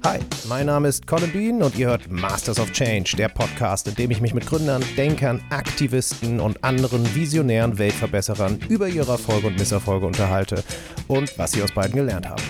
Hi, mein Name ist Colin Bean und ihr hört Masters of Change, der Podcast, in dem ich mich mit Gründern, Denkern, Aktivisten und anderen visionären Weltverbesserern über ihre Erfolge und Misserfolge unterhalte und was sie aus beiden gelernt haben.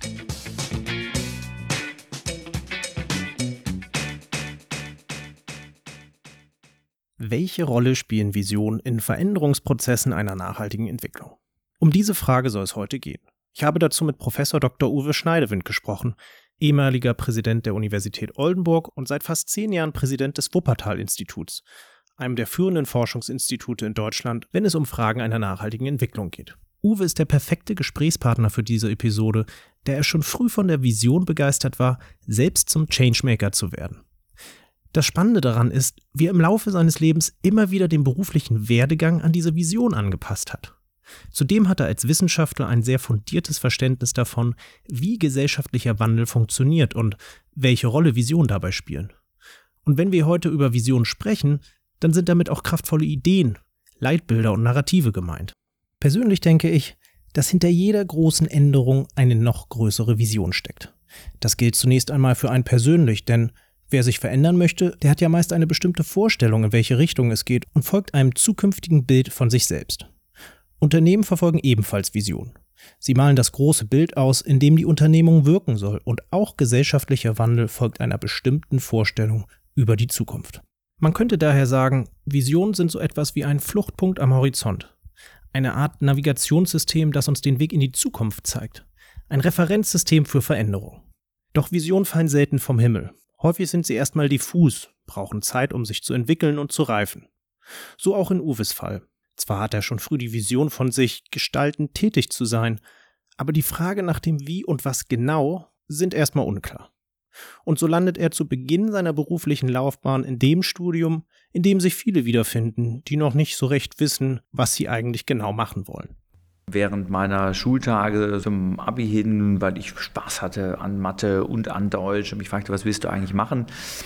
Welche Rolle spielen Visionen in Veränderungsprozessen einer nachhaltigen Entwicklung? Um diese Frage soll es heute gehen. Ich habe dazu mit Professor Dr. Uwe Schneidewind gesprochen, ehemaliger Präsident der Universität Oldenburg und seit fast 10 Jahren Präsident des Wuppertal-Instituts, einem der führenden Forschungsinstitute in Deutschland, wenn es um Fragen einer nachhaltigen Entwicklung geht. Uwe ist der perfekte Gesprächspartner für diese Episode, da er schon früh von der Vision begeistert war, selbst zum Changemaker zu werden. Das Spannende daran ist, wie er im Laufe seines Lebens immer wieder den beruflichen Werdegang an diese Vision angepasst hat. Zudem hat er als Wissenschaftler ein sehr fundiertes Verständnis davon, wie gesellschaftlicher Wandel funktioniert und welche Rolle Visionen dabei spielen. Und wenn wir heute über Visionen sprechen, dann sind damit auch kraftvolle Ideen, Leitbilder und Narrative gemeint. Persönlich denke ich, dass hinter jeder großen Änderung eine noch größere Vision steckt. Das gilt zunächst einmal für einen persönlich, denn wer sich verändern möchte, der hat ja meist eine bestimmte Vorstellung, in welche Richtung es geht und folgt einem zukünftigen Bild von sich selbst. Unternehmen verfolgen ebenfalls Visionen. Sie malen das große Bild aus, in dem die Unternehmung wirken soll, und auch gesellschaftlicher Wandel folgt einer bestimmten Vorstellung über die Zukunft. Man könnte daher sagen, Visionen sind so etwas wie ein Fluchtpunkt am Horizont. Eine Art Navigationssystem, das uns den Weg in die Zukunft zeigt. Ein Referenzsystem für Veränderung. Doch Visionen fallen selten vom Himmel. Häufig sind sie erstmal diffus, brauchen Zeit, um sich zu entwickeln und zu reifen. So auch in Uwes Fall. Zwar hat er schon früh die Vision von sich, gestaltend tätig zu sein, aber die Frage nach dem Wie und was genau sind erstmal unklar. Und so landet er zu Beginn seiner beruflichen Laufbahn in dem Studium, in dem sich viele wiederfinden, die noch nicht so recht wissen, was sie eigentlich genau machen wollen. Während meiner Schultage zum Abi hin, weil ich Spaß hatte an Mathe und an Deutsch und mich fragte, was willst du eigentlich machen?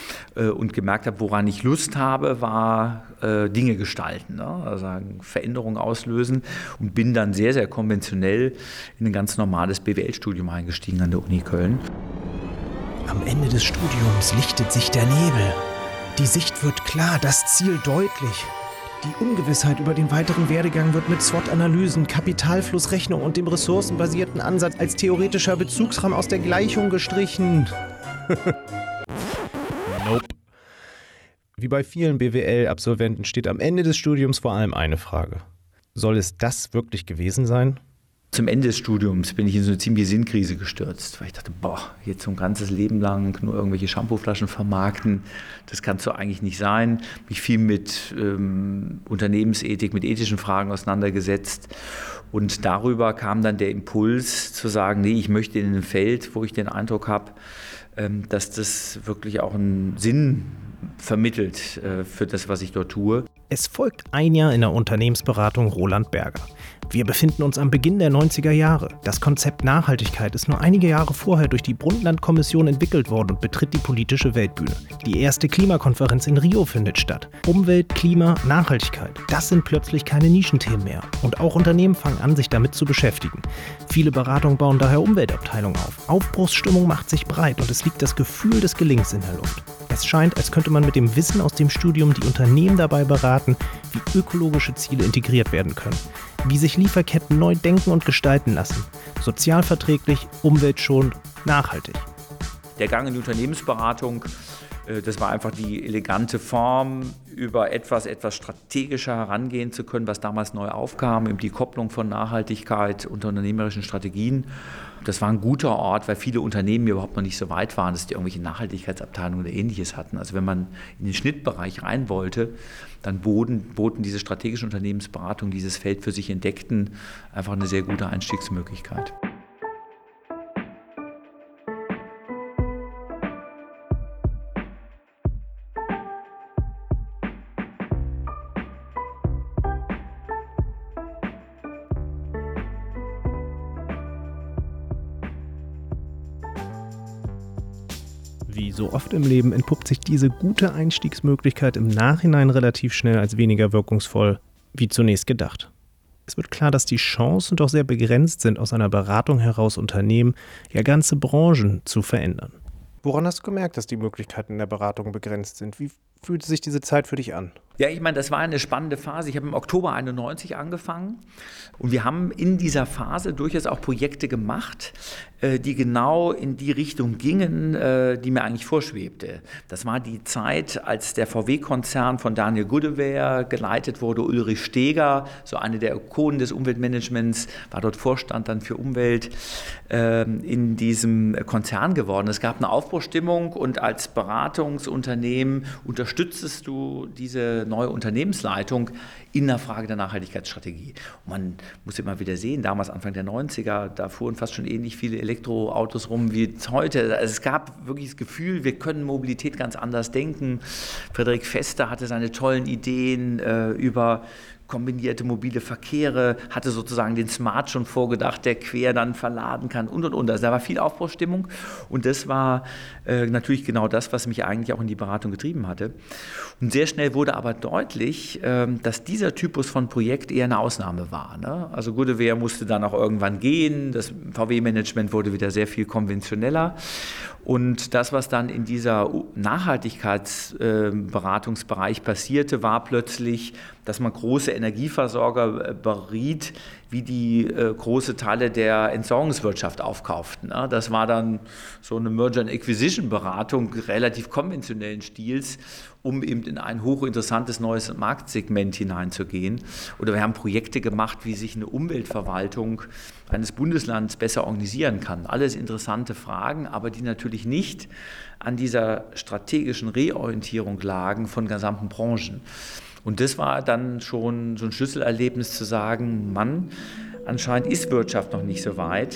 Und gemerkt habe, woran ich Lust habe, war Dinge gestalten, ne? Also Veränderungen auslösen, und bin dann sehr, sehr konventionell in ein ganz normales BWL-Studium eingestiegen an der Uni Köln. Am Ende des Studiums lichtet sich der Nebel. Die Sicht wird klar, das Ziel deutlich. Die Ungewissheit über den weiteren Werdegang wird mit SWOT-Analysen, Kapitalflussrechnung und dem ressourcenbasierten Ansatz als theoretischer Bezugsrahmen aus der Gleichung gestrichen. Nope. Wie bei vielen BWL-Absolventen steht am Ende des Studiums vor allem eine Frage. Soll es das wirklich gewesen sein? Zum Ende des Studiums bin ich in so eine ziemliche Sinnkrise gestürzt, weil ich dachte, jetzt so ein ganzes Leben lang nur irgendwelche Shampooflaschen vermarkten, das kann es doch eigentlich nicht sein. Mich viel mit Unternehmensethik, mit ethischen Fragen auseinandergesetzt, und darüber kam dann der Impuls zu sagen, nee, ich möchte in ein Feld, wo ich den Eindruck habe, dass das wirklich auch einen Sinn vermittelt für das, was ich dort tue. Es folgt ein Jahr in der Unternehmensberatung Roland Berger. Wir befinden uns am Beginn der 90er Jahre. Das Konzept Nachhaltigkeit ist nur einige Jahre vorher durch die Brundtland-Kommission entwickelt worden und betritt die politische Weltbühne. Die erste Klimakonferenz in Rio findet statt. Umwelt, Klima, Nachhaltigkeit. Das sind plötzlich keine Nischenthemen mehr. Und auch Unternehmen fangen an, sich damit zu beschäftigen. Viele Beratungen bauen daher Umweltabteilungen auf. Aufbruchsstimmung macht sich breit und es liegt das Gefühl des Gelingens in der Luft. Es scheint, als könnte man mit dem Wissen aus dem Studium die Unternehmen dabei beraten, wie ökologische Ziele integriert werden können, wie sich Lieferketten neu denken und gestalten lassen, sozialverträglich, umweltschonend, nachhaltig. Der Gang in die Unternehmensberatung, das war einfach die elegante Form, über etwas strategischer herangehen zu können, was damals neu aufkam, eben die Kopplung von Nachhaltigkeit und unternehmerischen Strategien. Das war ein guter Ort, weil viele Unternehmen überhaupt noch nicht so weit waren, dass die irgendwelche Nachhaltigkeitsabteilungen oder Ähnliches hatten. Also wenn man in den Schnittbereich rein wollte, dann boten diese strategischen Unternehmensberatungen, die dieses Feld für sich entdeckten, einfach eine sehr gute Einstiegsmöglichkeit. Wie so oft im Leben entpuppt sich diese gute Einstiegsmöglichkeit im Nachhinein relativ schnell als weniger wirkungsvoll, wie zunächst gedacht. Es wird klar, dass die Chancen doch sehr begrenzt sind, aus einer Beratung heraus Unternehmen, ja ganze Branchen zu verändern. Woran hast du gemerkt, dass die Möglichkeiten in der Beratung begrenzt sind? Wie fühlte sich diese Zeit für dich an? Ja, ich meine, das war eine spannende Phase. Ich habe im Oktober 91 angefangen und wir haben in dieser Phase durchaus auch Projekte gemacht, die genau in die Richtung gingen, die mir eigentlich vorschwebte. Das war die Zeit, als der VW-Konzern von Daniel Goodyear geleitet wurde. Ulrich Steger, so eine der Ikonen des Umweltmanagements, war dort Vorstand dann für Umwelt in diesem Konzern geworden. Es gab eine Aufbruchstimmung und als Beratungsunternehmen unterstütztest du diese neue Unternehmensleitung in der Frage der Nachhaltigkeitsstrategie. Und man muss immer wieder sehen, damals Anfang der 90er, da fuhren fast schon ähnlich viele Elektroautos rum wie heute. Also es gab wirklich das Gefühl, wir können Mobilität ganz anders denken. Frederik Vester hatte seine tollen Ideen über kombinierte mobile Verkehre, hatte sozusagen den Smart schon vorgedacht, der quer dann verladen kann und. Also da war viel Aufbruchstimmung und das war natürlich genau das, was mich eigentlich auch in die Beratung getrieben hatte. Und sehr schnell wurde aber deutlich, dass dieser Typus von Projekt eher eine Ausnahme war. Ne? Also Goodyear musste dann auch irgendwann gehen, das VW-Management wurde wieder sehr viel konventioneller. Und das, was dann in dieser Nachhaltigkeitsberatungsbereich passierte, war plötzlich, dass man große Energieversorger beriet, wie die große Teile der Entsorgungswirtschaft aufkauften. Das war dann so eine Merger-and-Acquisition-Beratung relativ konventionellen Stils, um eben in ein hochinteressantes neues Marktsegment hineinzugehen. Oder wir haben Projekte gemacht, wie sich eine Umweltverwaltung eines Bundeslands besser organisieren kann. Alles interessante Fragen, aber die natürlich nicht an dieser strategischen Reorientierung lagen von gesamten Branchen. Und das war dann schon so ein Schlüsselerlebnis zu sagen, Mann, anscheinend ist Wirtschaft noch nicht so weit.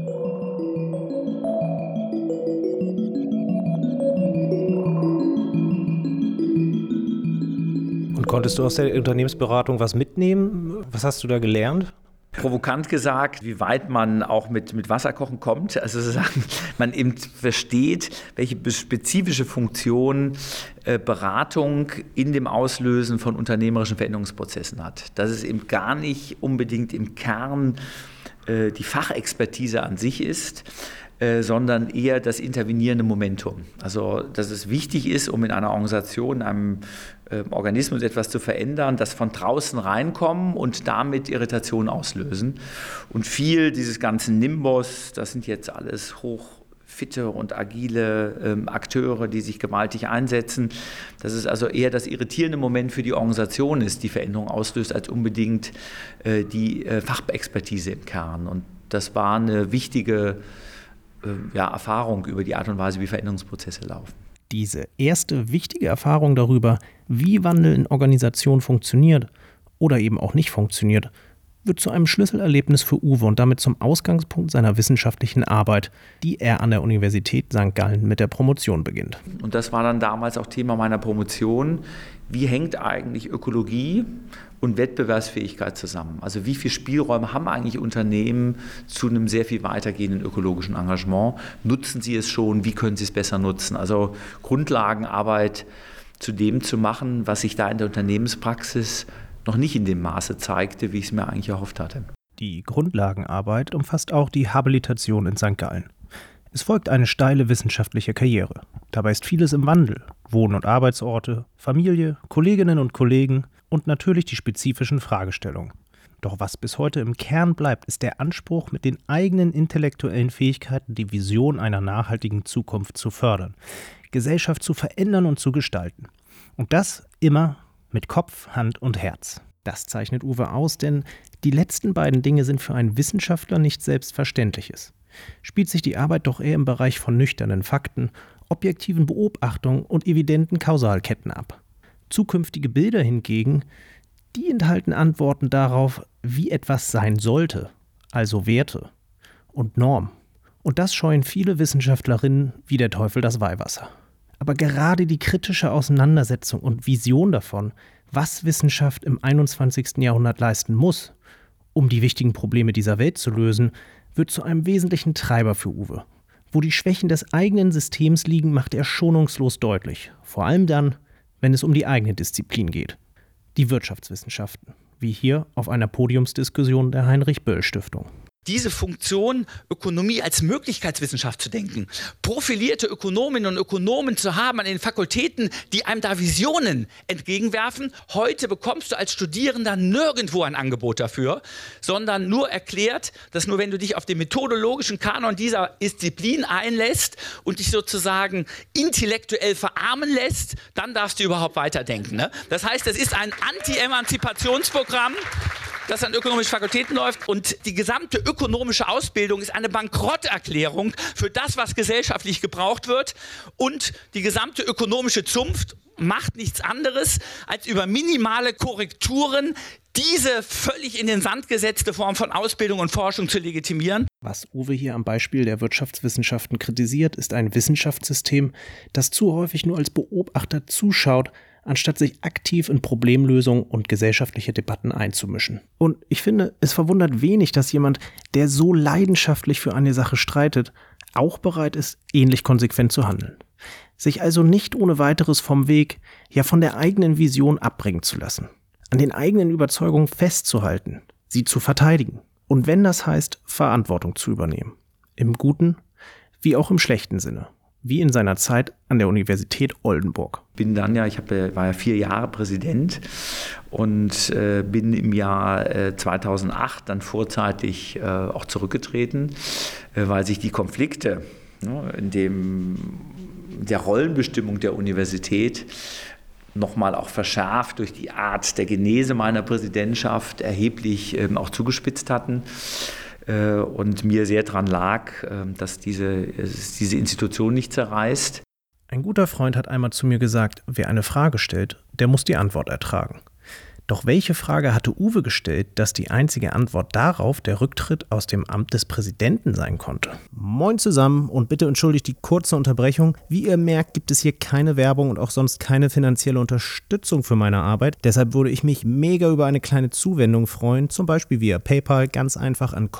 Und konntest du aus der Unternehmensberatung was mitnehmen? Was hast du da gelernt? Provokant gesagt, wie weit man auch mit Wasserkochen kommt. Also sozusagen, man eben versteht, welche spezifische Funktion Beratung in dem Auslösen von unternehmerischen Veränderungsprozessen hat. Dass es eben gar nicht unbedingt im Kern die Fachexpertise an sich ist, sondern eher das intervenierende Momentum. Also, dass es wichtig ist, um in einer Organisation, in einem Organismus etwas zu verändern, das von draußen reinkommen und damit Irritation auslösen. Und viel dieses ganzen Nimbus, das sind jetzt alles hochfitte und agile Akteure, die sich gewaltig einsetzen. Dass es also eher das irritierende Moment für die Organisation ist, die Veränderung auslöst, als unbedingt die Fachexpertise im Kern. Und das war eine wichtige Erfahrung über die Art und Weise, wie Veränderungsprozesse laufen. Diese erste wichtige Erfahrung darüber, wie Wandel in Organisationen funktioniert oder eben auch nicht funktioniert, wird zu einem Schlüsselerlebnis für Uwe und damit zum Ausgangspunkt seiner wissenschaftlichen Arbeit, die er an der Universität St. Gallen mit der Promotion beginnt. Und das war dann damals auch Thema meiner Promotion. Wie hängt eigentlich Ökologie und Wettbewerbsfähigkeit zusammen? Also wie viele Spielräume haben eigentlich Unternehmen zu einem sehr viel weitergehenden ökologischen Engagement? Nutzen sie es schon? Wie können sie es besser nutzen? Also Grundlagenarbeit zu dem zu machen, was sich da in der Unternehmenspraxis noch nicht in dem Maße zeigte, wie ich es mir eigentlich erhofft hatte. Die Grundlagenarbeit umfasst auch die Habilitation in St. Gallen. Es folgt eine steile wissenschaftliche Karriere. Dabei ist vieles im Wandel. Wohn- und Arbeitsorte, Familie, Kolleginnen und Kollegen und natürlich die spezifischen Fragestellungen. Doch was bis heute im Kern bleibt, ist der Anspruch, mit den eigenen intellektuellen Fähigkeiten die Vision einer nachhaltigen Zukunft zu fördern, Gesellschaft zu verändern und zu gestalten. Und das immer mit Kopf, Hand und Herz. Das zeichnet Uwe aus, denn die letzten beiden Dinge sind für einen Wissenschaftler nichts Selbstverständliches. Spielt sich die Arbeit doch eher im Bereich von nüchternen Fakten, objektiven Beobachtungen und evidenten Kausalketten ab. Zukünftige Bilder hingegen, die enthalten Antworten darauf, wie etwas sein sollte, also Werte und Norm. Und das scheuen viele Wissenschaftlerinnen wie der Teufel das Weihwasser. Aber gerade die kritische Auseinandersetzung und Vision davon, was Wissenschaft im 21. Jahrhundert leisten muss, um die wichtigen Probleme dieser Welt zu lösen, wird zu einem wesentlichen Treiber für Uwe. Wo die Schwächen des eigenen Systems liegen, macht er schonungslos deutlich. Vor allem dann, wenn es um die eigene Disziplin geht. Die Wirtschaftswissenschaften, wie hier auf einer Podiumsdiskussion der Heinrich-Böll-Stiftung. Diese Funktion, Ökonomie als Möglichkeitswissenschaft zu denken, profilierte Ökonominnen und Ökonomen zu haben an den Fakultäten, die einem da Visionen entgegenwerfen. Heute bekommst du als Studierender nirgendwo ein Angebot dafür, sondern nur erklärt, dass nur wenn du dich auf den methodologischen Kanon dieser Disziplin einlässt und dich sozusagen intellektuell verarmen lässt, dann darfst du überhaupt weiterdenken. Ne? Das heißt, es ist ein Anti-Emanzipationsprogramm, das an ökonomischen Fakultäten läuft, und die gesamte ökonomische Ausbildung ist eine Bankrotterklärung für das, was gesellschaftlich gebraucht wird, und die gesamte ökonomische Zunft macht nichts anderes, als über minimale Korrekturen diese völlig in den Sand gesetzte Form von Ausbildung und Forschung zu legitimieren. Was Uwe hier am Beispiel der Wirtschaftswissenschaften kritisiert, ist ein Wissenschaftssystem, das zu häufig nur als Beobachter zuschaut, anstatt sich aktiv in Problemlösung und gesellschaftliche Debatten einzumischen. Und ich finde, es verwundert wenig, dass jemand, der so leidenschaftlich für eine Sache streitet, auch bereit ist, ähnlich konsequent zu handeln. Sich also nicht ohne weiteres vom Weg, ja von der eigenen Vision abbringen zu lassen. An den eigenen Überzeugungen festzuhalten, sie zu verteidigen. Und wenn das heißt, Verantwortung zu übernehmen. Im guten wie auch im schlechten Sinne. Wie in seiner Zeit an der Universität Oldenburg. Bin dann war ja 4 Jahre Präsident und bin im Jahr 2008 dann vorzeitig auch zurückgetreten, weil sich die Konflikte in der Rollenbestimmung der Universität nochmal auch verschärft durch die Art der Genese meiner Präsidentschaft erheblich auch zugespitzt hatten. Und mir sehr daran lag, dass diese Institution nicht zerreißt. Ein guter Freund hat einmal zu mir gesagt, wer eine Frage stellt, der muss die Antwort ertragen. Doch welche Frage hatte Uwe gestellt, dass die einzige Antwort darauf der Rücktritt aus dem Amt des Präsidenten sein konnte? Moin zusammen und bitte entschuldigt die kurze Unterbrechung. Wie ihr merkt, gibt es hier keine Werbung und auch sonst keine finanzielle Unterstützung für meine Arbeit. Deshalb würde ich mich mega über eine kleine Zuwendung freuen, zum Beispiel via PayPal, ganz einfach an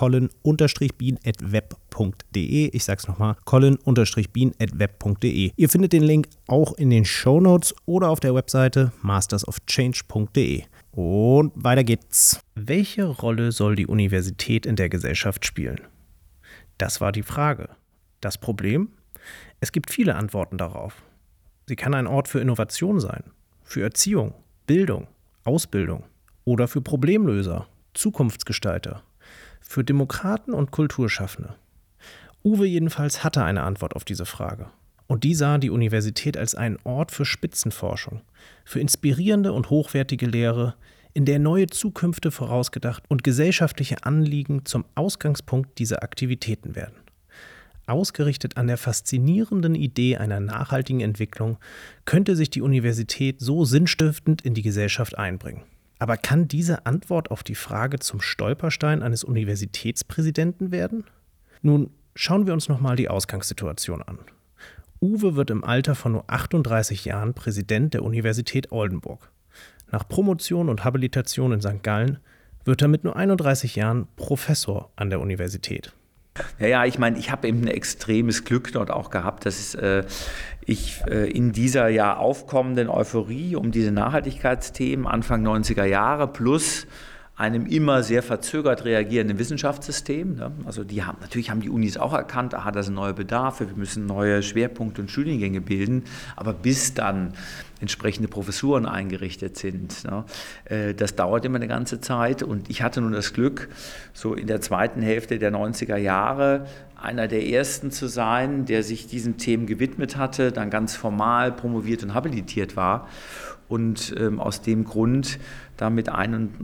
colin-bean@web.de. Ich sag's nochmal, colin-bean@web.de. Ihr findet den Link auch in den Shownotes oder auf der Webseite mastersofchange.de. Und weiter geht's. Welche Rolle soll die Universität in der Gesellschaft spielen? Das war die Frage. Das Problem? Es gibt viele Antworten darauf. Sie kann ein Ort für Innovation sein, für Erziehung, Bildung, Ausbildung oder für Problemlöser, Zukunftsgestalter, für Demokraten und Kulturschaffende. Uwe jedenfalls hatte eine Antwort auf diese Frage. Und die sah die Universität als einen Ort für Spitzenforschung, für inspirierende und hochwertige Lehre, in der neue Zukünfte vorausgedacht und gesellschaftliche Anliegen zum Ausgangspunkt dieser Aktivitäten werden. Ausgerichtet an der faszinierenden Idee einer nachhaltigen Entwicklung könnte sich die Universität so sinnstiftend in die Gesellschaft einbringen. Aber kann diese Antwort auf die Frage zum Stolperstein eines Universitätspräsidenten werden? Nun, schauen wir uns nochmal die Ausgangssituation an. Uwe wird im Alter von nur 38 Jahren Präsident der Universität Oldenburg. Nach Promotion und Habilitation in St. Gallen wird er mit nur 31 Jahren Professor an der Universität. Ja, ich meine, ich habe eben ein extremes Glück dort auch gehabt, dass ich in dieser ja aufkommenden Euphorie um diese Nachhaltigkeitsthemen Anfang 90er Jahre plus einem immer sehr verzögert reagierenden Wissenschaftssystem. Ne? Also natürlich haben die Unis auch erkannt, das sind neue Bedarfe, wir müssen neue Schwerpunkte und Studiengänge bilden, aber bis dann entsprechende Professuren eingerichtet sind, ne? Das dauert immer eine ganze Zeit, und ich hatte nun das Glück, so in der zweiten Hälfte der 90er Jahre einer der ersten zu sein, der sich diesen Themen gewidmet hatte, dann ganz formal promoviert und habilitiert war. Und aus dem Grund dann mit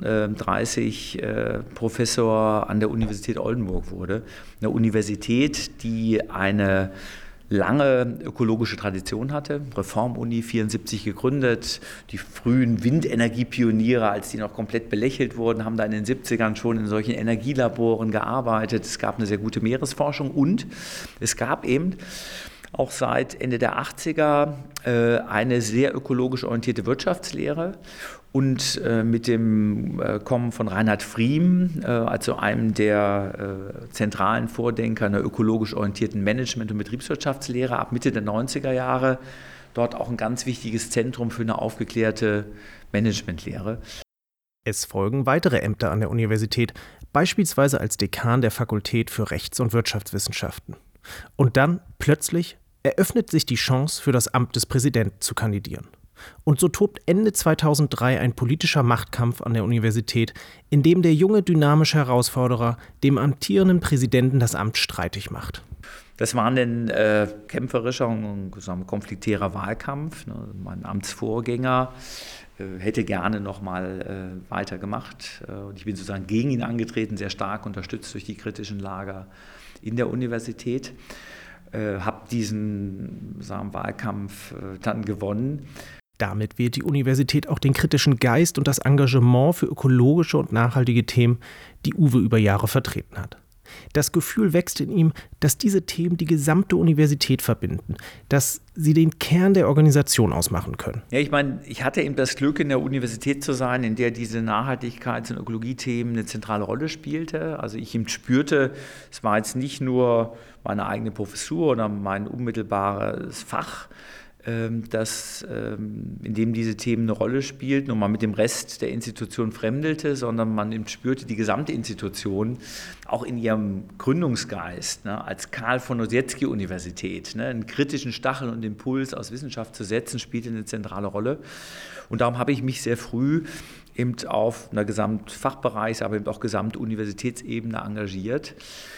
31 Professor an der Universität Oldenburg wurde. Eine Universität, die eine lange ökologische Tradition hatte. Reformuni 74 gegründet. Die frühen Windenergiepioniere, als die noch komplett belächelt wurden, haben da in den 70ern schon in solchen Energielaboren gearbeitet. Es gab eine sehr gute Meeresforschung und es gab eben auch seit Ende der 80er eine sehr ökologisch orientierte Wirtschaftslehre. Und mit dem Kommen von Reinhard Friem, also einem der zentralen Vordenker einer ökologisch orientierten Management- und Betriebswirtschaftslehre ab Mitte der 90er Jahre, dort auch ein ganz wichtiges Zentrum für eine aufgeklärte Managementlehre. Es folgen weitere Ämter an der Universität, beispielsweise als Dekan der Fakultät für Rechts- und Wirtschaftswissenschaften. Und dann, plötzlich, eröffnet sich die Chance, für das Amt des Präsidenten zu kandidieren. Und so tobt Ende 2003 ein politischer Machtkampf an der Universität, in dem der junge, dynamische Herausforderer dem amtierenden Präsidenten das Amt streitig macht. Das war ein kämpferischer und konfliktärer Wahlkampf. Mein Amtsvorgänger hätte gerne noch mal weitergemacht. Und ich bin sozusagen gegen ihn angetreten, sehr stark unterstützt durch die kritischen Lager in der Universität. Habe diesen Wahlkampf dann gewonnen. Damit wählt die Universität auch den kritischen Geist und das Engagement für ökologische und nachhaltige Themen, die Uwe über Jahre vertreten hat. Das Gefühl wächst in ihm, dass diese Themen die gesamte Universität verbinden, dass sie den Kern der Organisation ausmachen können. Ja, ich meine, ich hatte eben das Glück, in der Universität zu sein, in der diese Nachhaltigkeits- und Ökologiethemen eine zentrale Rolle spielte. Also ich eben spürte, es war jetzt nicht nur meine eigene Professur oder mein unmittelbares Fach, in dem diese Themen eine Rolle spielten und man mit dem Rest der Institution fremdelte, sondern man eben spürte die gesamte Institution auch in ihrem Gründungsgeist, als Karl von Ossietzky-Universität, einen kritischen Stachel und Impuls aus Wissenschaft zu setzen, spielte eine zentrale Rolle. Und darum habe ich mich sehr früh eben auf einer Gesamtfachbereichs-, aber eben auch Gesamtuniversitätsebene engagiert.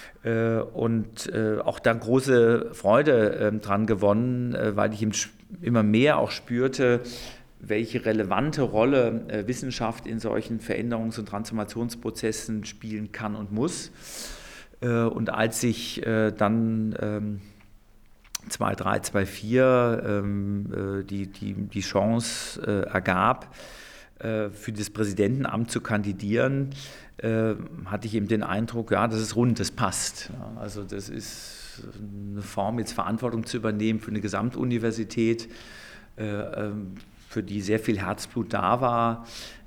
Und auch da große Freude dran gewonnen, weil ich immer mehr auch spürte, welche relevante Rolle Wissenschaft in solchen Veränderungs- und Transformationsprozessen spielen kann und muss. Und als sich dann 2003, 2004 die Chance ergab, für das Präsidentenamt zu kandidieren, hatte ich eben den Eindruck, ja, das ist rund, das passt. Ja, also das ist eine Form, jetzt Verantwortung zu übernehmen für eine Gesamtuniversität, für die sehr viel Herzblut da war,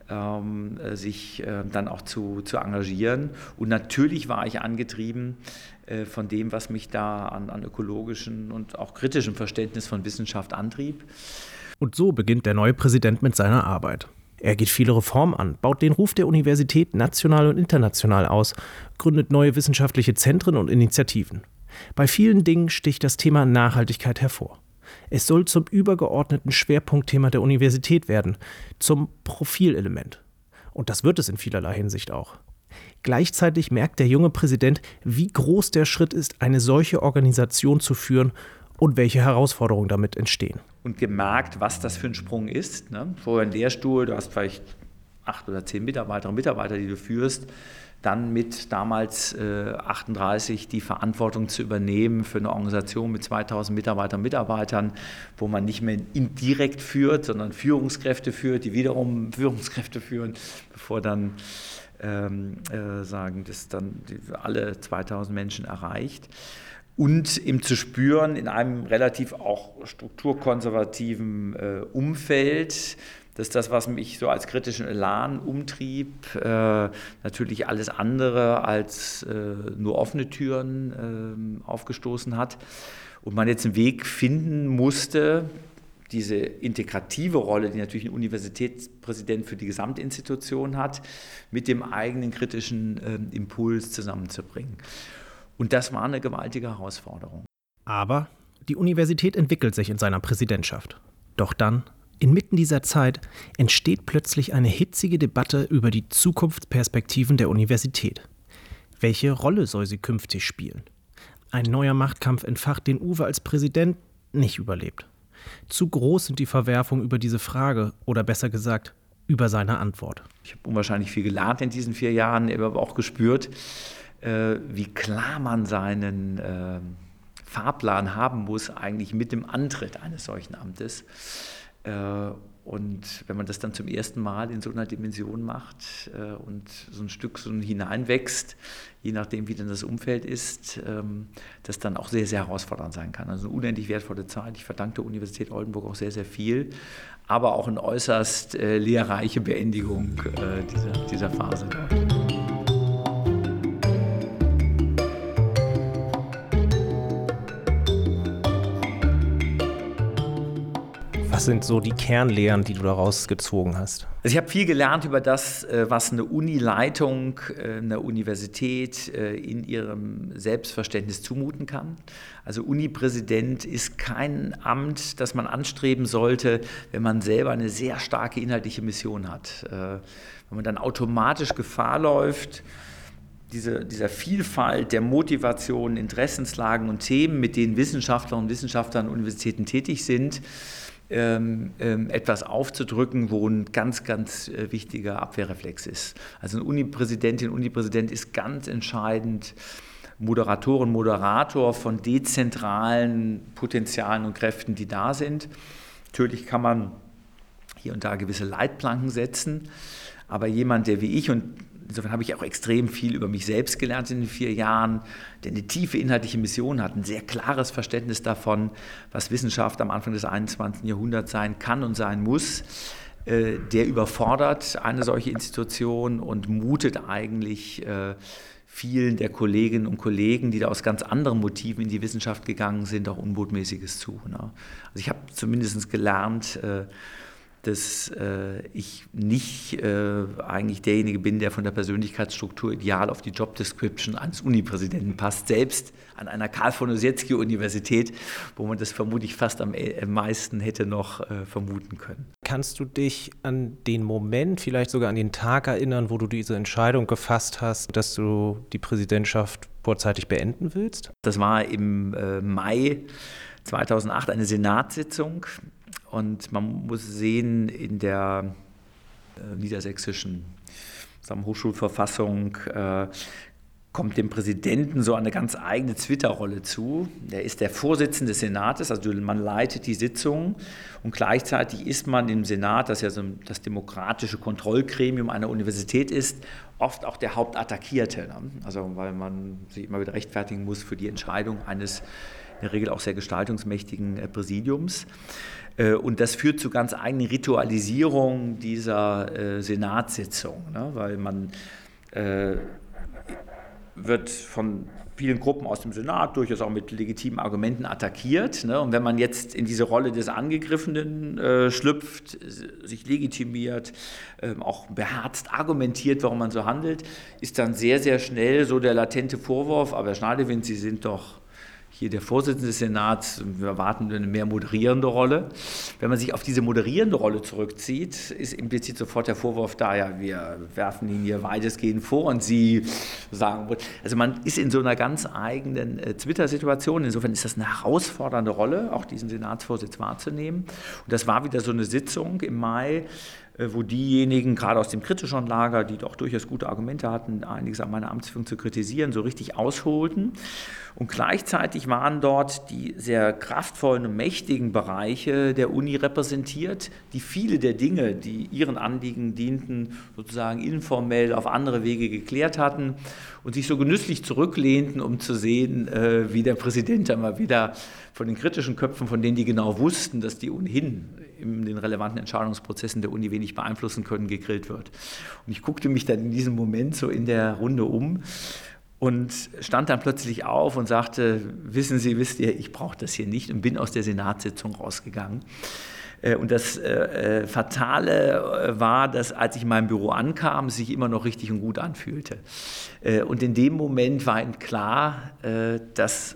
sich dann auch zu engagieren. Und natürlich war ich angetrieben von dem, was mich da an ökologischen und auch kritischem Verständnis von Wissenschaft antrieb. Und so beginnt der neue Präsident mit seiner Arbeit. Er geht viele Reformen an, baut den Ruf der Universität national und international aus, gründet neue wissenschaftliche Zentren und Initiativen. Bei vielen Dingen sticht das Thema Nachhaltigkeit hervor. Es soll zum übergeordneten Schwerpunktthema der Universität werden, zum Profilelement. Und das wird es in vielerlei Hinsicht auch. Gleichzeitig merkt der junge Präsident, wie groß der Schritt ist, eine solche Organisation zu führen und welche Herausforderungen damit entstehen. Und gemerkt, was das für ein Sprung ist. Vorher ein Lehrstuhl, du hast vielleicht 8 oder 10 Mitarbeiterinnen und Mitarbeiter, die du führst. Dann mit damals 38 die Verantwortung zu übernehmen für eine Organisation mit 2000 Mitarbeiterinnen und Mitarbeitern, wo man nicht mehr indirekt führt, sondern Führungskräfte führt, die wiederum Führungskräfte führen, bevor dann das dann alle 2000 Menschen erreicht. Und ihm zu spüren in einem relativ auch strukturkonservativen Umfeld, dass das, was mich so als kritischen Elan umtrieb, natürlich alles andere als nur offene Türen aufgestoßen hat. Und man jetzt einen Weg finden musste, diese integrative Rolle, die natürlich ein Universitätspräsident für die Gesamtinstitution hat, mit dem eigenen kritischen Impuls zusammenzubringen. Und das war eine gewaltige Herausforderung. Aber die Universität entwickelt sich in seiner Präsidentschaft. Doch dann, inmitten dieser Zeit, entsteht plötzlich eine hitzige Debatte über die Zukunftsperspektiven der Universität. Welche Rolle soll sie künftig spielen? Ein neuer Machtkampf entfacht, den Uwe als Präsident nicht überlebt. Zu groß sind die Verwerfungen über diese Frage oder besser gesagt, über seine Antwort. Ich habe unwahrscheinlich viel gelernt in diesen 4 Jahren, aber auch gespürt, wie klar man seinen Fahrplan haben muss, eigentlich mit dem Antritt eines solchen Amtes. Und wenn man das dann zum ersten Mal in so einer Dimension macht und so ein Stück so hineinwächst, je nachdem, wie denn das Umfeld ist, das dann auch sehr, sehr herausfordernd sein kann. Also eine unendlich wertvolle Zeit. Ich verdanke der Universität Oldenburg auch sehr, sehr viel, aber auch eine äußerst lehrreiche Beendigung dieser Phase. Was sind so die Kernlehren, die du daraus gezogen hast? Also ich habe viel gelernt über das, was eine Unileitung, eine Universität in ihrem Selbstverständnis zumuten kann. Also Unipräsident ist kein Amt, das man anstreben sollte, wenn man selber eine sehr starke inhaltliche Mission hat. Wenn man dann automatisch Gefahr läuft, dieser Vielfalt der Motivationen, Interessenslagen und Themen, mit denen Wissenschaftlerinnen und Wissenschaftler an Universitäten tätig sind, etwas aufzudrücken, wo ein ganz, ganz wichtiger Abwehrreflex ist. Also eine Unipräsidentin, Unipräsident ist ganz entscheidend Moderatorin, Moderator von dezentralen Potenzialen und Kräften, die da sind. Natürlich kann man hier und da gewisse Leitplanken setzen, aber jemand, der wie ich, und insofern habe ich auch extrem viel über mich selbst gelernt in den 4 Jahren, der eine tiefe inhaltliche Mission hat, ein sehr klares Verständnis davon, was Wissenschaft am Anfang des 21. Jahrhunderts sein kann und sein muss, der überfordert eine solche Institution und mutet eigentlich vielen der Kolleginnen und Kollegen, die da aus ganz anderen Motiven in die Wissenschaft gegangen sind, auch Unbotmäßiges zu. Ne? Also ich habe zumindest gelernt, dass ich nicht eigentlich derjenige bin, der von der Persönlichkeitsstruktur ideal auf die Job-Description eines Unipräsidenten passt, selbst an einer Karl-von-Ossietzky-Universität, wo man das vermutlich fast am meisten hätte noch vermuten können. Kannst du dich an den Moment, vielleicht sogar an den Tag erinnern, wo du diese Entscheidung gefasst hast, dass du die Präsidentschaft vorzeitig beenden willst? Das war im Mai 2008 eine Senatssitzung. Und man muss sehen, in der niedersächsischen Hochschulverfassung kommt dem Präsidenten so eine ganz eigene Twitter-Rolle zu. Der ist der Vorsitzende des Senates, also man leitet die Sitzung und gleichzeitig ist man im Senat, das ja so das demokratische Kontrollgremium einer Universität ist, oft auch der Hauptattackierte. Ne? Also weil man sich immer wieder rechtfertigen muss für die Entscheidung eines in der Regel auch sehr gestaltungsmächtigen Präsidiums. Und das führt zu ganz eigenen Ritualisierung dieser Senatssitzung, ne? Weil man wird von vielen Gruppen aus dem Senat durchaus auch mit legitimen Argumenten attackiert. Ne? Und wenn man jetzt in diese Rolle des Angegriffenen schlüpft, sich legitimiert, auch beherzt argumentiert, warum man so handelt, ist dann sehr, sehr schnell so der latente Vorwurf, aber Herr Schneidewind, Sie sind doch hier der Vorsitzende des Senats, wir erwarten eine mehr moderierende Rolle. Wenn man sich auf diese moderierende Rolle zurückzieht, ist implizit sofort der Vorwurf da, ja, wir werfen Ihnen hier weitestgehend vor und Sie sagen, also man ist in so einer ganz eigenen Twitter-Situation, insofern ist das eine herausfordernde Rolle, auch diesen Senatsvorsitz wahrzunehmen. Und das war wieder so eine Sitzung im Mai, wo diejenigen, gerade aus dem kritischen Lager, die doch durchaus gute Argumente hatten, einiges an meiner Amtsführung zu kritisieren, so richtig ausholten. Und gleichzeitig waren dort die sehr kraftvollen und mächtigen Bereiche der Uni repräsentiert, die viele der Dinge, die ihren Anliegen dienten, sozusagen informell auf andere Wege geklärt hatten und sich so genüsslich zurücklehnten, um zu sehen, wie der Präsident einmal wieder von den kritischen Köpfen, von denen die genau wussten, dass die ohnehin in den relevanten Entscheidungsprozessen der Uni wenig beeinflussen können, gegrillt wird. Und ich guckte mich dann in diesem Moment so in der Runde um und stand dann plötzlich auf und sagte, wisst ihr, ich brauche das hier nicht, und bin aus der Senatssitzung rausgegangen. Und das Fatale war, dass als ich in meinem Büro ankam, es sich immer noch richtig und gut anfühlte. Und in dem Moment war ihm klar, dass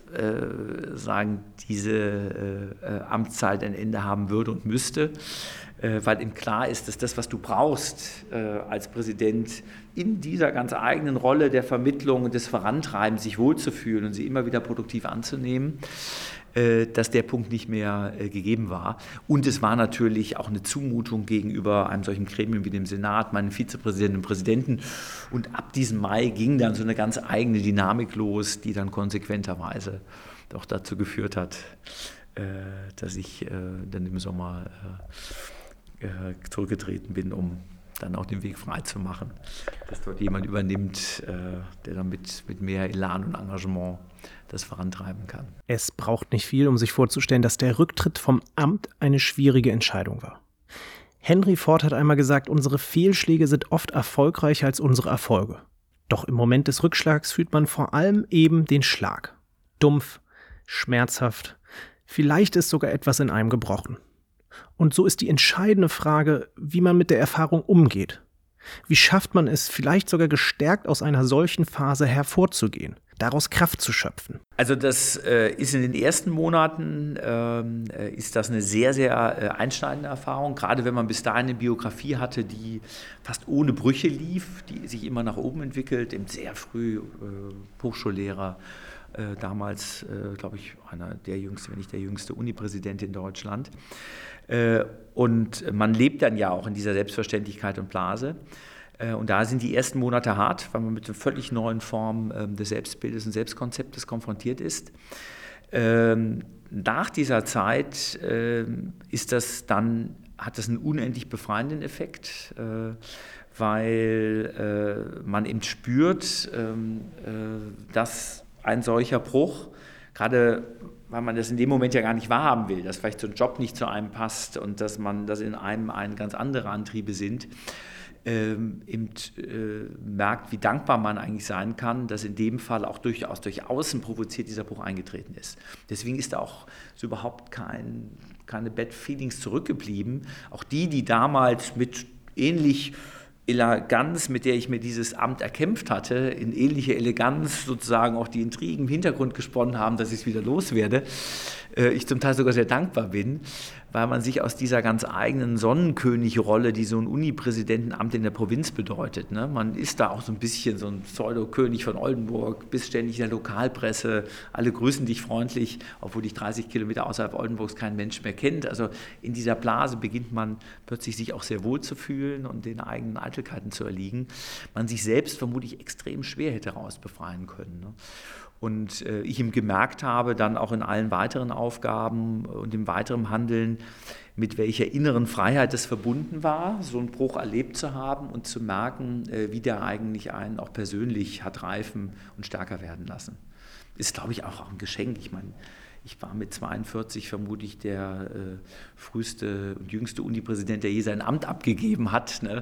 diese Amtszeit ein Ende haben würde und müsste, weil ihm klar ist, dass das, was du brauchst als Präsident, in dieser ganz eigenen Rolle der Vermittlung und des Vorantreibens, sich wohlzufühlen und sie immer wieder produktiv anzunehmen, dass der Punkt nicht mehr gegeben war. Und es war natürlich auch eine Zumutung gegenüber einem solchen Gremium wie dem Senat, meinen Vizepräsidenten und Präsidenten. Und ab diesem Mai ging dann so eine ganz eigene Dynamik los, die dann konsequenterweise doch dazu geführt hat, dass ich dann im Sommer zurückgetreten bin, um dann auch den Weg frei zu machen, dass dort jemand übernimmt, der dann mit mehr Elan und Engagement das vorantreiben kann. Es braucht nicht viel, um sich vorzustellen, dass der Rücktritt vom Amt eine schwierige Entscheidung war. Henry Ford hat einmal gesagt, unsere Fehlschläge sind oft erfolgreicher als unsere Erfolge. Doch im Moment des Rückschlags fühlt man vor allem eben den Schlag. Dumpf, schmerzhaft, vielleicht ist sogar etwas in einem gebrochen. Und so ist die entscheidende Frage, wie man mit der Erfahrung umgeht. Wie schafft man es, vielleicht sogar gestärkt aus einer solchen Phase hervorzugehen, daraus Kraft zu schöpfen? Also das ist in den ersten Monaten ist das eine sehr, sehr einschneidende Erfahrung, gerade wenn man bis dahin eine Biografie hatte, die fast ohne Brüche lief, die sich immer nach oben entwickelt, eben sehr früh Hochschullehrer, damals, glaube ich, einer der jüngsten, wenn nicht der jüngste Uni-Präsident in Deutschland. Und man lebt dann ja auch in dieser Selbstverständlichkeit und Blase. Und da sind die ersten Monate hart, weil man mit einer völlig neuen Form des Selbstbildes und Selbstkonzeptes konfrontiert ist. Nach dieser Zeit hat das einen unendlich befreienden Effekt, weil man eben spürt, dass ein solcher Bruch, gerade weil man das in dem Moment ja gar nicht wahrhaben will, dass vielleicht so ein Job nicht zu einem passt und dass in einem ganz andere Antriebe sind, merkt, wie dankbar man eigentlich sein kann, dass in dem Fall auch durchaus durch Außen provoziert dieser Bruch eingetreten ist. Deswegen ist da auch so überhaupt keine Bad Feelings zurückgeblieben. Auch die damals mit ähnlich Eleganz, mit der ich mir dieses Amt erkämpft hatte, in ähnliche Eleganz sozusagen auch die Intrigen im Hintergrund gesponnen haben, dass ich es wieder loswerde, ich zum Teil sogar sehr dankbar bin, weil man sich aus dieser ganz eigenen Sonnenkönig-Rolle, die so ein Uni-Präsidentenamt in der Provinz bedeutet, ne? Man ist da auch so ein bisschen so ein Pseudo-König von Oldenburg, bist ständig in der Lokalpresse, alle grüßen dich freundlich, obwohl dich 30 Kilometer außerhalb Oldenburgs kein Mensch mehr kennt. Also in dieser Blase beginnt man plötzlich sich auch sehr wohl zu fühlen und den eigenen Eitelkeiten zu erliegen. Man sich selbst vermutlich extrem schwer hätte rausbefreien können, ne? Und ich ihm gemerkt habe, dann auch in allen weiteren Aufgaben und im weiteren Handeln, mit welcher inneren Freiheit es verbunden war, so einen Bruch erlebt zu haben und zu merken, wie der eigentlich einen auch persönlich hat reifen und stärker werden lassen. Ist, glaube ich, auch ein Geschenk. Ich meine, ich war mit 42 vermutlich der früheste und jüngste Uni-Präsident, der je sein Amt abgegeben hat. Ne?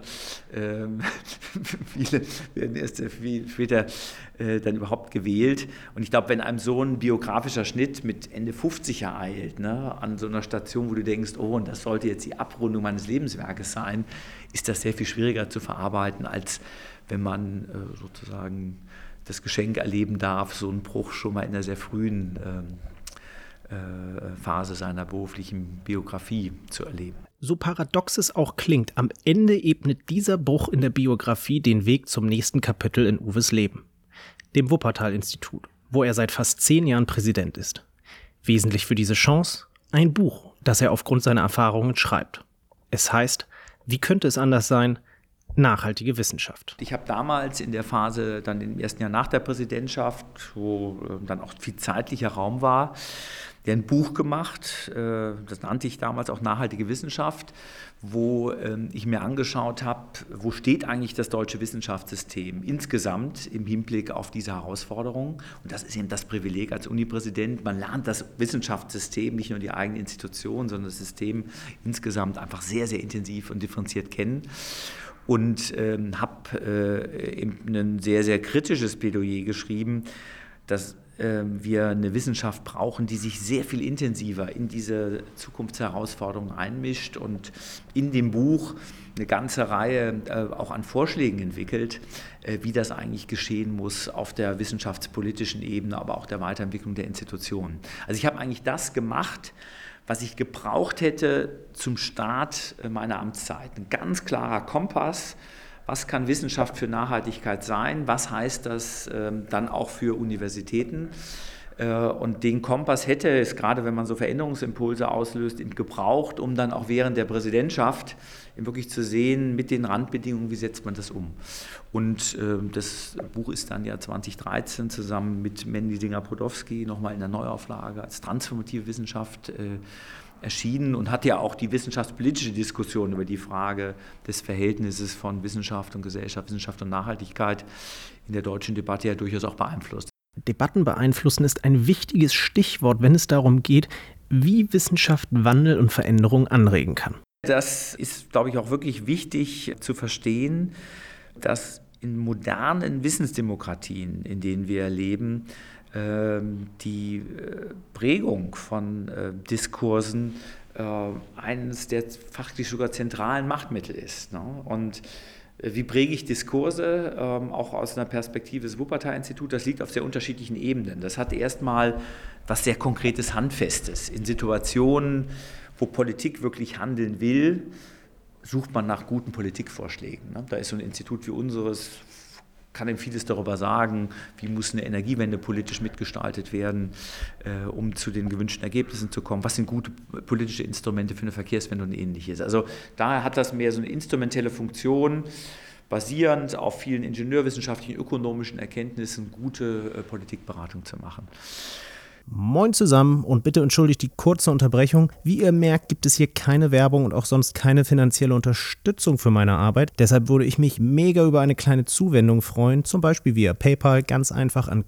Viele werden erst viel später dann überhaupt gewählt. Und ich glaube, wenn einem so ein biografischer Schnitt mit Ende 50 ereilt, ne, an so einer Station, wo du denkst, oh, und das sollte jetzt die Abrundung meines Lebenswerkes sein, ist das sehr viel schwieriger zu verarbeiten, als wenn man sozusagen das Geschenk erleben darf, so einen Bruch schon mal in einer sehr frühen Phase seiner beruflichen Biografie zu erleben. So paradox es auch klingt, am Ende ebnet dieser Bruch in der Biografie den Weg zum nächsten Kapitel in Uwes Leben, dem Wuppertal-Institut, wo er seit fast 10 Jahren Präsident ist. Wesentlich für diese Chance ein Buch, das er aufgrund seiner Erfahrungen schreibt. Es heißt, wie könnte es anders sein? Nachhaltige Wissenschaft. Ich habe damals in der Phase, dann im ersten Jahr nach der Präsidentschaft, wo dann auch viel zeitlicher Raum war, ein Buch gemacht, das nannte ich damals auch Nachhaltige Wissenschaft, wo ich mir angeschaut habe, wo steht eigentlich das deutsche Wissenschaftssystem insgesamt im Hinblick auf diese Herausforderungen. Und das ist eben das Privileg als Uni-Präsident. Man lernt das Wissenschaftssystem, nicht nur die eigene Institution, sondern das System insgesamt einfach sehr, sehr intensiv und differenziert kennen. Und habe ein sehr, sehr kritisches Plädoyer geschrieben, dass wir eine Wissenschaft brauchen, die sich sehr viel intensiver in diese Zukunftsherausforderungen einmischt und in dem Buch eine ganze Reihe auch an Vorschlägen entwickelt, wie das eigentlich geschehen muss auf der wissenschaftspolitischen Ebene, aber auch der Weiterentwicklung der Institutionen. Also ich habe eigentlich das gemacht, was ich gebraucht hätte zum Start meiner Amtszeit. Ein ganz klarer Kompass. Was kann Wissenschaft für Nachhaltigkeit sein? Was heißt das dann auch für Universitäten? Und den Kompass hätte es, gerade wenn man so Veränderungsimpulse auslöst, gebraucht, um dann auch während der Präsidentschaft wirklich zu sehen, mit den Randbedingungen, wie setzt man das um. Und das Buch ist dann ja 2013 zusammen mit Mandy Singer-Podowski nochmal in der Neuauflage als transformative Wissenschaft erschienen und hat ja auch die wissenschaftspolitische Diskussion über die Frage des Verhältnisses von Wissenschaft und Gesellschaft, Wissenschaft und Nachhaltigkeit in der deutschen Debatte ja durchaus auch beeinflusst. Debatten beeinflussen ist ein wichtiges Stichwort, wenn es darum geht, wie Wissenschaft Wandel und Veränderung anregen kann. Das ist, glaube ich, auch wirklich wichtig zu verstehen, dass in modernen Wissensdemokratien, in denen wir leben, die Prägung von Diskursen eines der faktisch sogar zentralen Machtmittel ist. Ne? Und wie präge ich Diskurse, auch aus einer Perspektive des Wuppertal-Instituts? Das liegt auf sehr unterschiedlichen Ebenen. Das hat erstmal was sehr Konkretes, Handfestes. In Situationen, wo Politik wirklich handeln will, sucht man nach guten Politikvorschlägen. Ne? Da ist so ein Institut wie unseres, kann ihm vieles darüber sagen, wie muss eine Energiewende politisch mitgestaltet werden, um zu den gewünschten Ergebnissen zu kommen, was sind gute politische Instrumente für eine Verkehrswende und Ähnliches. Also daher hat das mehr so eine instrumentelle Funktion, basierend auf vielen ingenieurwissenschaftlichen, ökonomischen Erkenntnissen gute Politikberatung zu machen. Moin zusammen und bitte entschuldigt die kurze Unterbrechung. Wie ihr merkt, gibt es hier keine Werbung und auch sonst keine finanzielle Unterstützung für meine Arbeit. Deshalb würde ich mich mega über eine kleine Zuwendung freuen, zum Beispiel via PayPal, ganz einfach an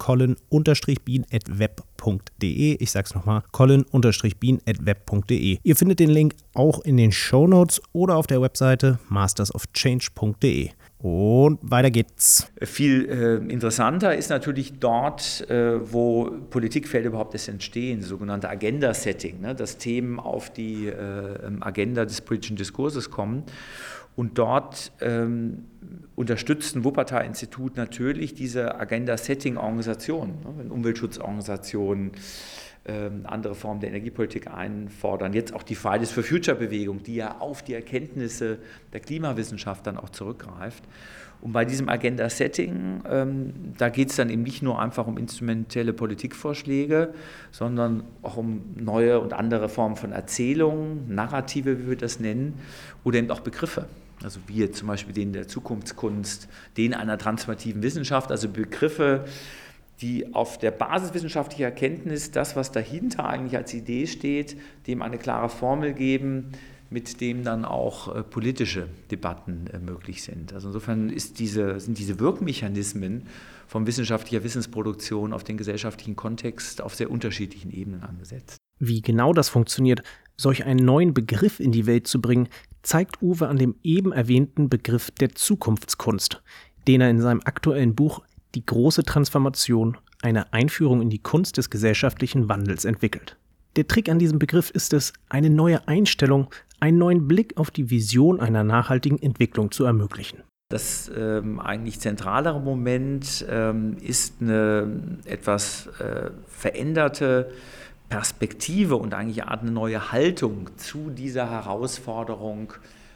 colin-bean@web.de. Ich sag's nochmal, colin-bean@web.de. Ihr findet den Link auch in den Shownotes oder auf der Webseite mastersofchange.de. Und weiter geht's. Viel interessanter ist natürlich dort, wo Politikfelder überhaupt erst entstehen, das sogenannte Agenda-Setting, ne, dass Themen auf die Agenda des politischen Diskurses kommen. Und dort unterstützt ein Wuppertal-Institut natürlich diese Agenda-Setting-Organisationen, ne, Umweltschutzorganisationen, andere Formen der Energiepolitik einfordern. Jetzt auch die Fridays for Future-Bewegung, die ja auf die Erkenntnisse der Klimawissenschaft dann auch zurückgreift. Und bei diesem Agenda-Setting, da geht es dann eben nicht nur einfach um instrumentelle Politikvorschläge, sondern auch um neue und andere Formen von Erzählungen, Narrative, wie wir das nennen, oder eben auch Begriffe. Also wie jetzt zum Beispiel den der Zukunftskunst, den einer transformativen Wissenschaft, also Begriffe, die auf der basiswissenschaftlichen Erkenntnis, das, was dahinter eigentlich als Idee steht, dem eine klare Formel geben, mit dem dann auch politische Debatten möglich sind. Also insofern sind diese Wirkmechanismen von wissenschaftlicher Wissensproduktion auf den gesellschaftlichen Kontext auf sehr unterschiedlichen Ebenen angesetzt. Wie genau das funktioniert, solch einen neuen Begriff in die Welt zu bringen, zeigt Uwe an dem eben erwähnten Begriff der Zukunftskunst, den er in seinem aktuellen Buch Die große Transformation, eine Einführung in die Kunst des gesellschaftlichen Wandels entwickelt. Der Trick an diesem Begriff ist es, eine neue Einstellung, einen neuen Blick auf die Vision einer nachhaltigen Entwicklung zu ermöglichen. Das eigentlich zentralere Moment ist eine etwas veränderte Perspektive und eigentlich eine neue Haltung zu dieser Herausforderung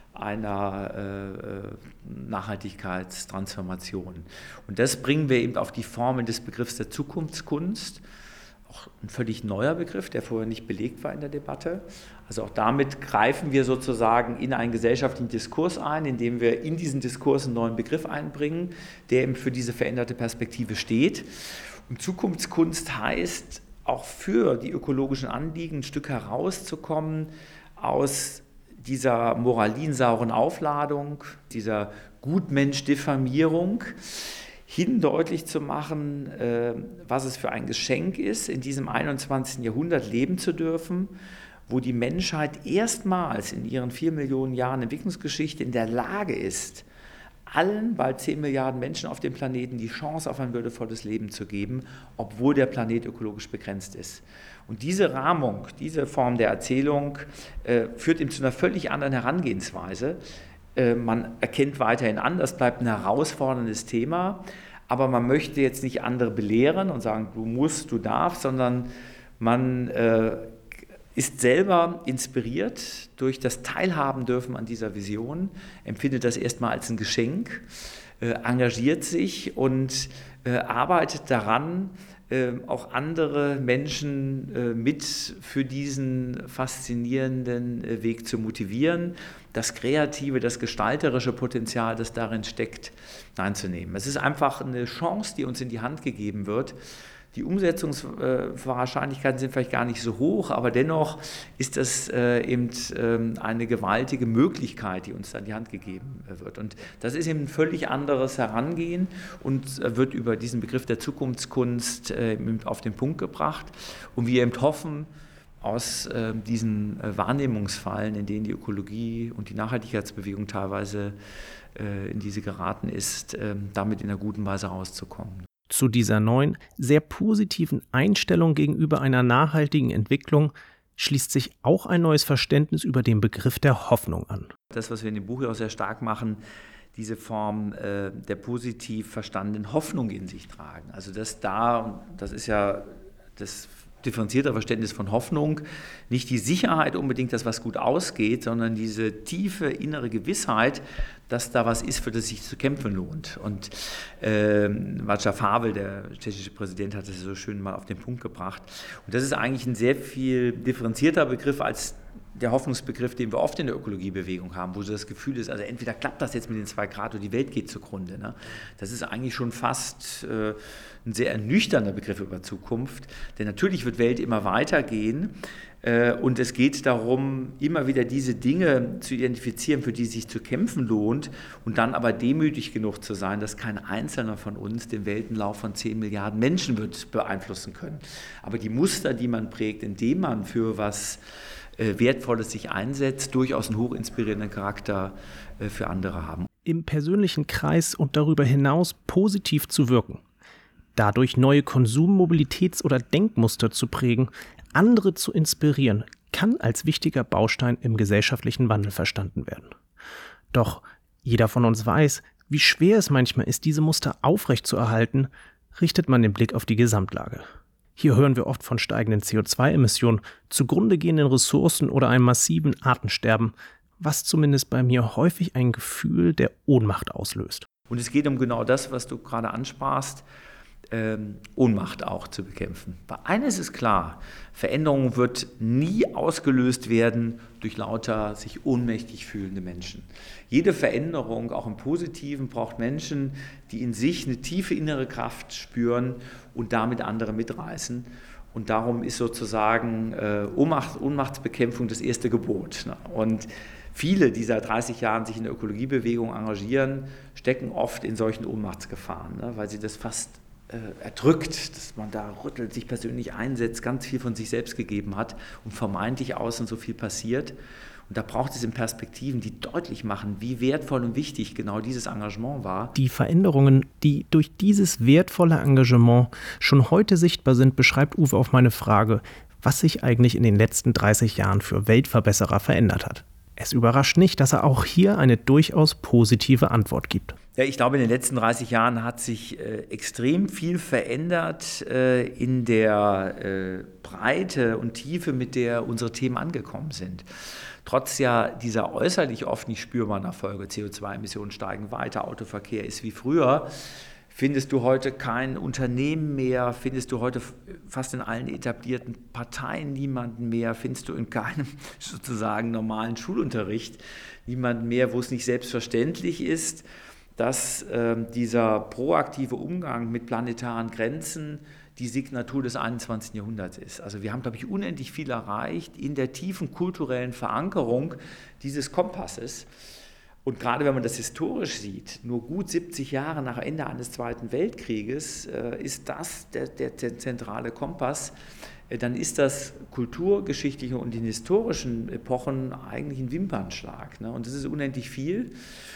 einer Nachhaltigkeitstransformation. Und das bringen wir eben auf die Formel des Begriffs der Zukunftskunst. Auch ein völlig neuer Begriff, der vorher nicht belegt war in der Debatte. Also auch damit greifen wir sozusagen in einen gesellschaftlichen Diskurs ein, indem wir in diesen Diskurs einen neuen Begriff einbringen, der eben für diese veränderte Perspektive steht. Und Zukunftskunst heißt, auch für die ökologischen Anliegen ein Stück herauszukommen aus dieser moralinsauren Aufladung, dieser Gutmensch-Diffamierung, hin deutlich zu machen, was es für ein Geschenk ist, in diesem 21. Jahrhundert leben zu dürfen, wo die Menschheit erstmals in ihren 4 Millionen Jahren Entwicklungsgeschichte in der Lage ist, allen bald 10 Milliarden Menschen auf dem Planeten die Chance auf ein würdevolles Leben zu geben, obwohl der Planet ökologisch begrenzt ist. Und diese Rahmung, diese Form der Erzählung führt eben zu einer völlig anderen Herangehensweise. Man erkennt weiterhin an, das bleibt ein herausforderndes Thema, aber man möchte jetzt nicht andere belehren und sagen, du musst, du darfst, sondern man ist selber inspiriert durch das Teilhaben dürfen an dieser Vision, empfindet das erstmal als ein Geschenk, engagiert sich und arbeitet daran, auch andere Menschen mit für diesen faszinierenden Weg zu motivieren, das kreative, das gestalterische Potenzial, das darin steckt, einzunehmen. Es ist einfach eine Chance, die uns in die Hand gegeben wird. Die Umsetzungswahrscheinlichkeiten sind vielleicht gar nicht so hoch, aber dennoch ist das eben eine gewaltige Möglichkeit, die uns an die Hand gegeben wird. Und das ist eben ein völlig anderes Herangehen und wird über diesen Begriff der Zukunftskunst auf den Punkt gebracht. Und wir eben hoffen, aus diesen Wahrnehmungsfallen, in denen die Ökologie und die Nachhaltigkeitsbewegung teilweise in diese geraten ist, damit in einer guten Weise rauszukommen. Zu dieser neuen, sehr positiven Einstellung gegenüber einer nachhaltigen Entwicklung schließt sich auch ein neues Verständnis über den Begriff der Hoffnung an. Das, was wir in dem Buch ja auch sehr stark machen, diese Form der positiv verstandenen Hoffnung in sich tragen. Also das ist ja das differenzierte Verständnis von Hoffnung, nicht die Sicherheit unbedingt, dass was gut ausgeht, sondern diese tiefe innere Gewissheit, dass da was ist, für das sich zu kämpfen lohnt. Und Václav Havel, der tschechische Präsident, hat das so schön mal auf den Punkt gebracht. Und das ist eigentlich ein sehr viel differenzierter Begriff als der Hoffnungsbegriff, den wir oft in der Ökologiebewegung haben, wo so das Gefühl ist, also entweder klappt das jetzt mit den 2 Grad oder die Welt geht zugrunde. Ne? Das ist eigentlich schon fast ein sehr ernüchternder Begriff über Zukunft, denn natürlich wird Welt immer weitergehen und es geht darum, immer wieder diese Dinge zu identifizieren, für die es sich zu kämpfen lohnt und dann aber demütig genug zu sein, dass kein Einzelner von uns den Weltenlauf von 10 Milliarden Menschen wird beeinflussen können. Aber die Muster, die man prägt, indem man für was Wertvolles sich einsetzt, durchaus einen hochinspirierenden Charakter für andere haben. Im persönlichen Kreis und darüber hinaus positiv zu wirken. Dadurch neue Konsum-, Mobilitäts- oder Denkmuster zu prägen, andere zu inspirieren, kann als wichtiger Baustein im gesellschaftlichen Wandel verstanden werden. Doch jeder von uns weiß, wie schwer es manchmal ist, diese Muster aufrechtzuerhalten, richtet man den Blick auf die Gesamtlage. Hier hören wir oft von steigenden CO2-Emissionen, zugrunde gehenden Ressourcen oder einem massiven Artensterben, was zumindest bei mir häufig ein Gefühl der Ohnmacht auslöst. Und es geht um genau das, was du gerade ansprachst, Ohnmacht auch zu bekämpfen. Weil eines ist klar, Veränderung wird nie ausgelöst werden durch lauter sich ohnmächtig fühlende Menschen. Jede Veränderung, auch im Positiven, braucht Menschen, die in sich eine tiefe innere Kraft spüren und damit andere mitreißen. Und darum ist sozusagen Ohnmachtsbekämpfung das erste Gebot. Und viele, die seit 30 Jahren sich in der Ökologiebewegung engagieren, stecken oft in solchen Ohnmachtsgefahren, weil sie das fast erdrückt, dass man da rüttelt, sich persönlich einsetzt, ganz viel von sich selbst gegeben hat und vermeintlich außen so viel passiert. Und da braucht es in Perspektiven, die deutlich machen, wie wertvoll und wichtig genau dieses Engagement war. Die Veränderungen, die durch dieses wertvolle Engagement schon heute sichtbar sind, beschreibt Uwe auf meine Frage, was sich eigentlich in den letzten 30 Jahren für Weltverbesserer verändert hat. Es überrascht nicht, dass er auch hier eine durchaus positive Antwort gibt. Ja, ich glaube, in den letzten 30 Jahren hat sich extrem viel verändert in der Breite und Tiefe, mit der unsere Themen angekommen sind. Trotz ja dieser äußerlich oft nicht spürbaren Erfolge, CO2-Emissionen steigen weiter, Autoverkehr ist wie früher, findest du heute kein Unternehmen mehr, findest du heute fast in allen etablierten Parteien niemanden mehr, findest du in keinem sozusagen normalen Schulunterricht niemanden mehr, wo es nicht selbstverständlich ist, dass dieser proaktive Umgang mit planetaren Grenzen die Signatur des 21. Jahrhunderts ist. Also wir haben, glaube ich, unendlich viel erreicht in der tiefen kulturellen Verankerung dieses Kompasses. Und gerade wenn man das historisch sieht, nur gut 70 Jahre nach Ende eines Zweiten Weltkrieges ist das der zentrale Kompass, dann ist das kulturgeschichtliche und in historischen Epochen eigentlich ein Wimpernschlag. Und das ist unendlich viel.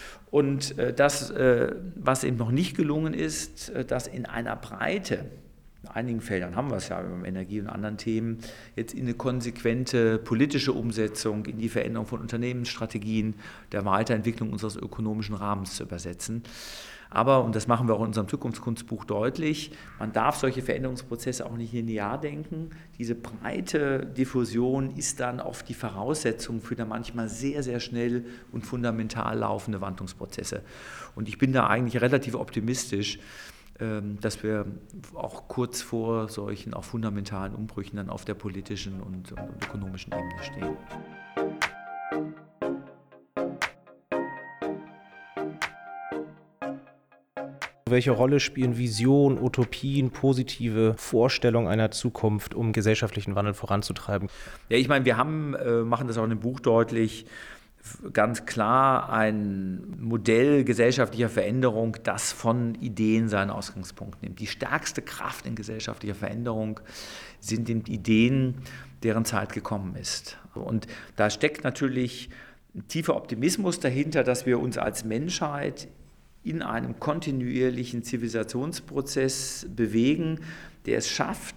Und das, was eben noch nicht gelungen ist, dass in einer Breite, in einigen Feldern haben wir es ja über Energie und anderen Themen, jetzt in eine konsequente politische Umsetzung, in die Veränderung von Unternehmensstrategien, der Weiterentwicklung unseres ökonomischen Rahmens zu übersetzen. Aber, und das machen wir auch in unserem Zukunftskunstbuch deutlich, man darf solche Veränderungsprozesse auch nicht linear denken. Diese breite Diffusion ist dann oft die Voraussetzung für dann manchmal sehr, sehr schnell und fundamental laufende Wandlungsprozesse. Und ich bin da eigentlich relativ optimistisch, dass wir auch kurz vor solchen auch fundamentalen Umbrüchen dann auf der politischen und ökonomischen Ebene stehen. Welche Rolle spielen Visionen, Utopien, positive Vorstellungen einer Zukunft, um gesellschaftlichen Wandel voranzutreiben? Ja, ich meine, wir machen das auch in dem Buch deutlich, ganz klar ein Modell gesellschaftlicher Veränderung, das von Ideen seinen Ausgangspunkt nimmt. Die stärkste Kraft in gesellschaftlicher Veränderung sind die Ideen, deren Zeit gekommen ist. Und da steckt natürlich ein tiefer Optimismus dahinter, dass wir uns als Menschheit in einem kontinuierlichen Zivilisationsprozess bewegen, der es schafft,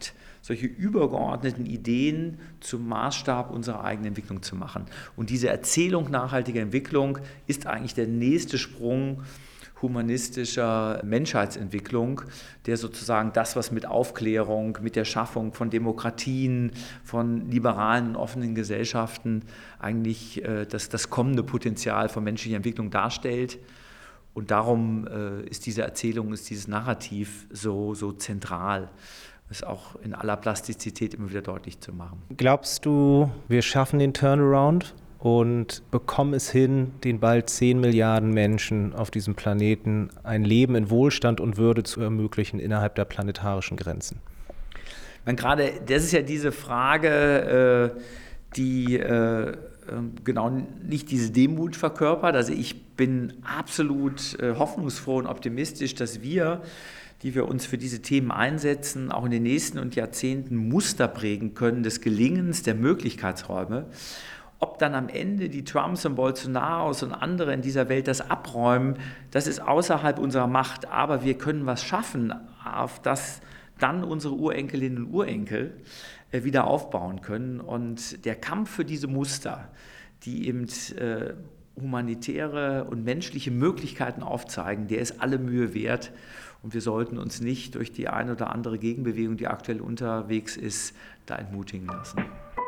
solche übergeordneten Ideen zum Maßstab unserer eigenen Entwicklung zu machen. Und diese Erzählung nachhaltiger Entwicklung ist eigentlich der nächste Sprung humanistischer Menschheitsentwicklung, der sozusagen das, was mit Aufklärung, mit der Schaffung von Demokratien, von liberalen und offenen Gesellschaften eigentlich das kommende Potenzial von menschlicher Entwicklung darstellt. Und darum ist diese Erzählung, ist dieses Narrativ so zentral. Das ist auch in aller Plastizität immer wieder deutlich zu machen. Glaubst du, wir schaffen den Turnaround und bekommen es hin, den bald 10 Milliarden Menschen auf diesem Planeten ein Leben in Wohlstand und Würde zu ermöglichen innerhalb der planetarischen Grenzen? Gerade das ist ja diese Frage, die genau nicht diese Demut verkörpert. Also ich bin absolut hoffnungsfroh und optimistisch, dass wir, die wir uns für diese Themen einsetzen, auch in den nächsten und Jahrzehnten Muster prägen können des Gelingens, der Möglichkeitsräume. Ob dann am Ende die Trumps und Bolsonaros und andere in dieser Welt das abräumen, das ist außerhalb unserer Macht. Aber wir können was schaffen, auf das dann unsere Urenkelinnen und Urenkel wieder aufbauen können. Und der Kampf für diese Muster, die eben humanitäre und menschliche Möglichkeiten aufzeigen, der ist alle Mühe wert. Und wir sollten uns nicht durch die eine oder andere Gegenbewegung, die aktuell unterwegs ist, da entmutigen lassen.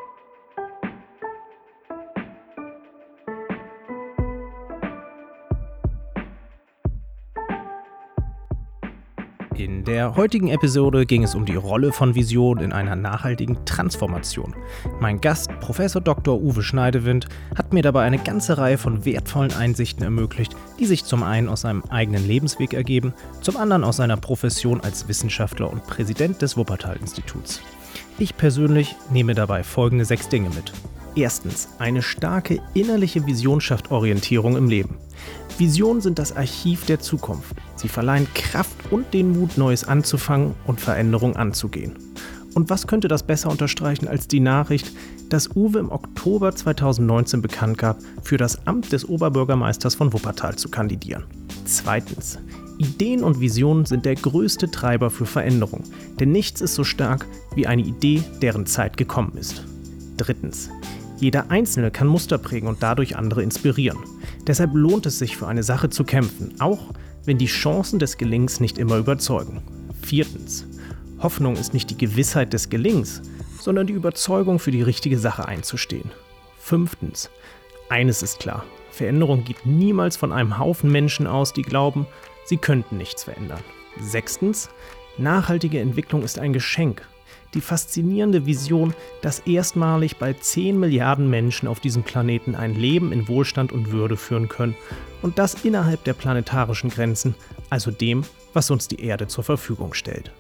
In der heutigen Episode ging es um die Rolle von Vision in einer nachhaltigen Transformation. Mein Gast, Professor Dr. Uwe Schneidewind, hat mir dabei eine ganze Reihe von wertvollen Einsichten ermöglicht, die sich zum einen aus seinem eigenen Lebensweg ergeben, zum anderen aus seiner Profession als Wissenschaftler und Präsident des Wuppertal-Instituts. Ich persönlich nehme dabei folgende 6 Dinge mit. Erstens, eine starke innerliche Vision schafft Orientierung im Leben. Visionen sind das Archiv der Zukunft. Sie verleihen Kraft und den Mut, Neues anzufangen und Veränderung anzugehen. Und was könnte das besser unterstreichen als die Nachricht, dass Uwe im Oktober 2019 bekannt gab, für das Amt des Oberbürgermeisters von Wuppertal zu kandidieren. Zweitens, Ideen und Visionen sind der größte Treiber für Veränderung, denn nichts ist so stark wie eine Idee, deren Zeit gekommen ist. Drittens, jeder Einzelne kann Muster prägen und dadurch andere inspirieren. Deshalb lohnt es sich, für eine Sache zu kämpfen, auch wenn die Chancen des Gelingens nicht immer überzeugen. Viertens, Hoffnung ist nicht die Gewissheit des Gelingens, sondern die Überzeugung, für die richtige Sache einzustehen. Fünftens, eines ist klar, Veränderung geht niemals von einem Haufen Menschen aus, die glauben, sie könnten nichts verändern. Sechstens, nachhaltige Entwicklung ist ein Geschenk. Die faszinierende Vision, dass erstmalig bald 10 Milliarden Menschen auf diesem Planeten ein Leben in Wohlstand und Würde führen können und das innerhalb der planetarischen Grenzen, also dem, was uns die Erde zur Verfügung stellt.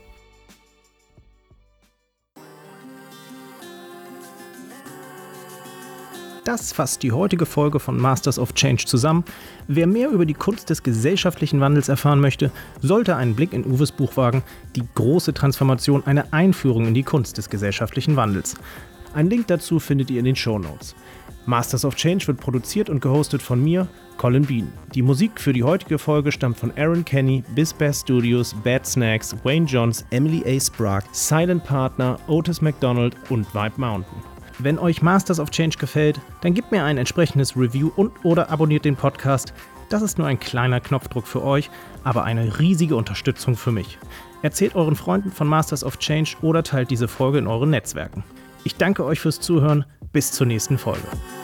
Das fasst die heutige Folge von Masters of Change zusammen. Wer mehr über die Kunst des gesellschaftlichen Wandels erfahren möchte, sollte einen Blick in Uwes Buch wagen, Die große Transformation, eine Einführung in die Kunst des gesellschaftlichen Wandels. Einen Link dazu findet ihr in den Shownotes. Masters of Change wird produziert und gehostet von mir, Colin Bean. Die Musik für die heutige Folge stammt von Aaron Kenny, BizBass Studios, Bad Snacks, Wayne Johns, Emily A. Sprague, Silent Partner, Otis McDonald und Vibe Mountain. Wenn euch Masters of Change gefällt, dann gebt mir ein entsprechendes Review und/oder abonniert den Podcast. Das ist nur ein kleiner Knopfdruck für euch, aber eine riesige Unterstützung für mich. Erzählt euren Freunden von Masters of Change oder teilt diese Folge in euren Netzwerken. Ich danke euch fürs Zuhören. Bis zur nächsten Folge.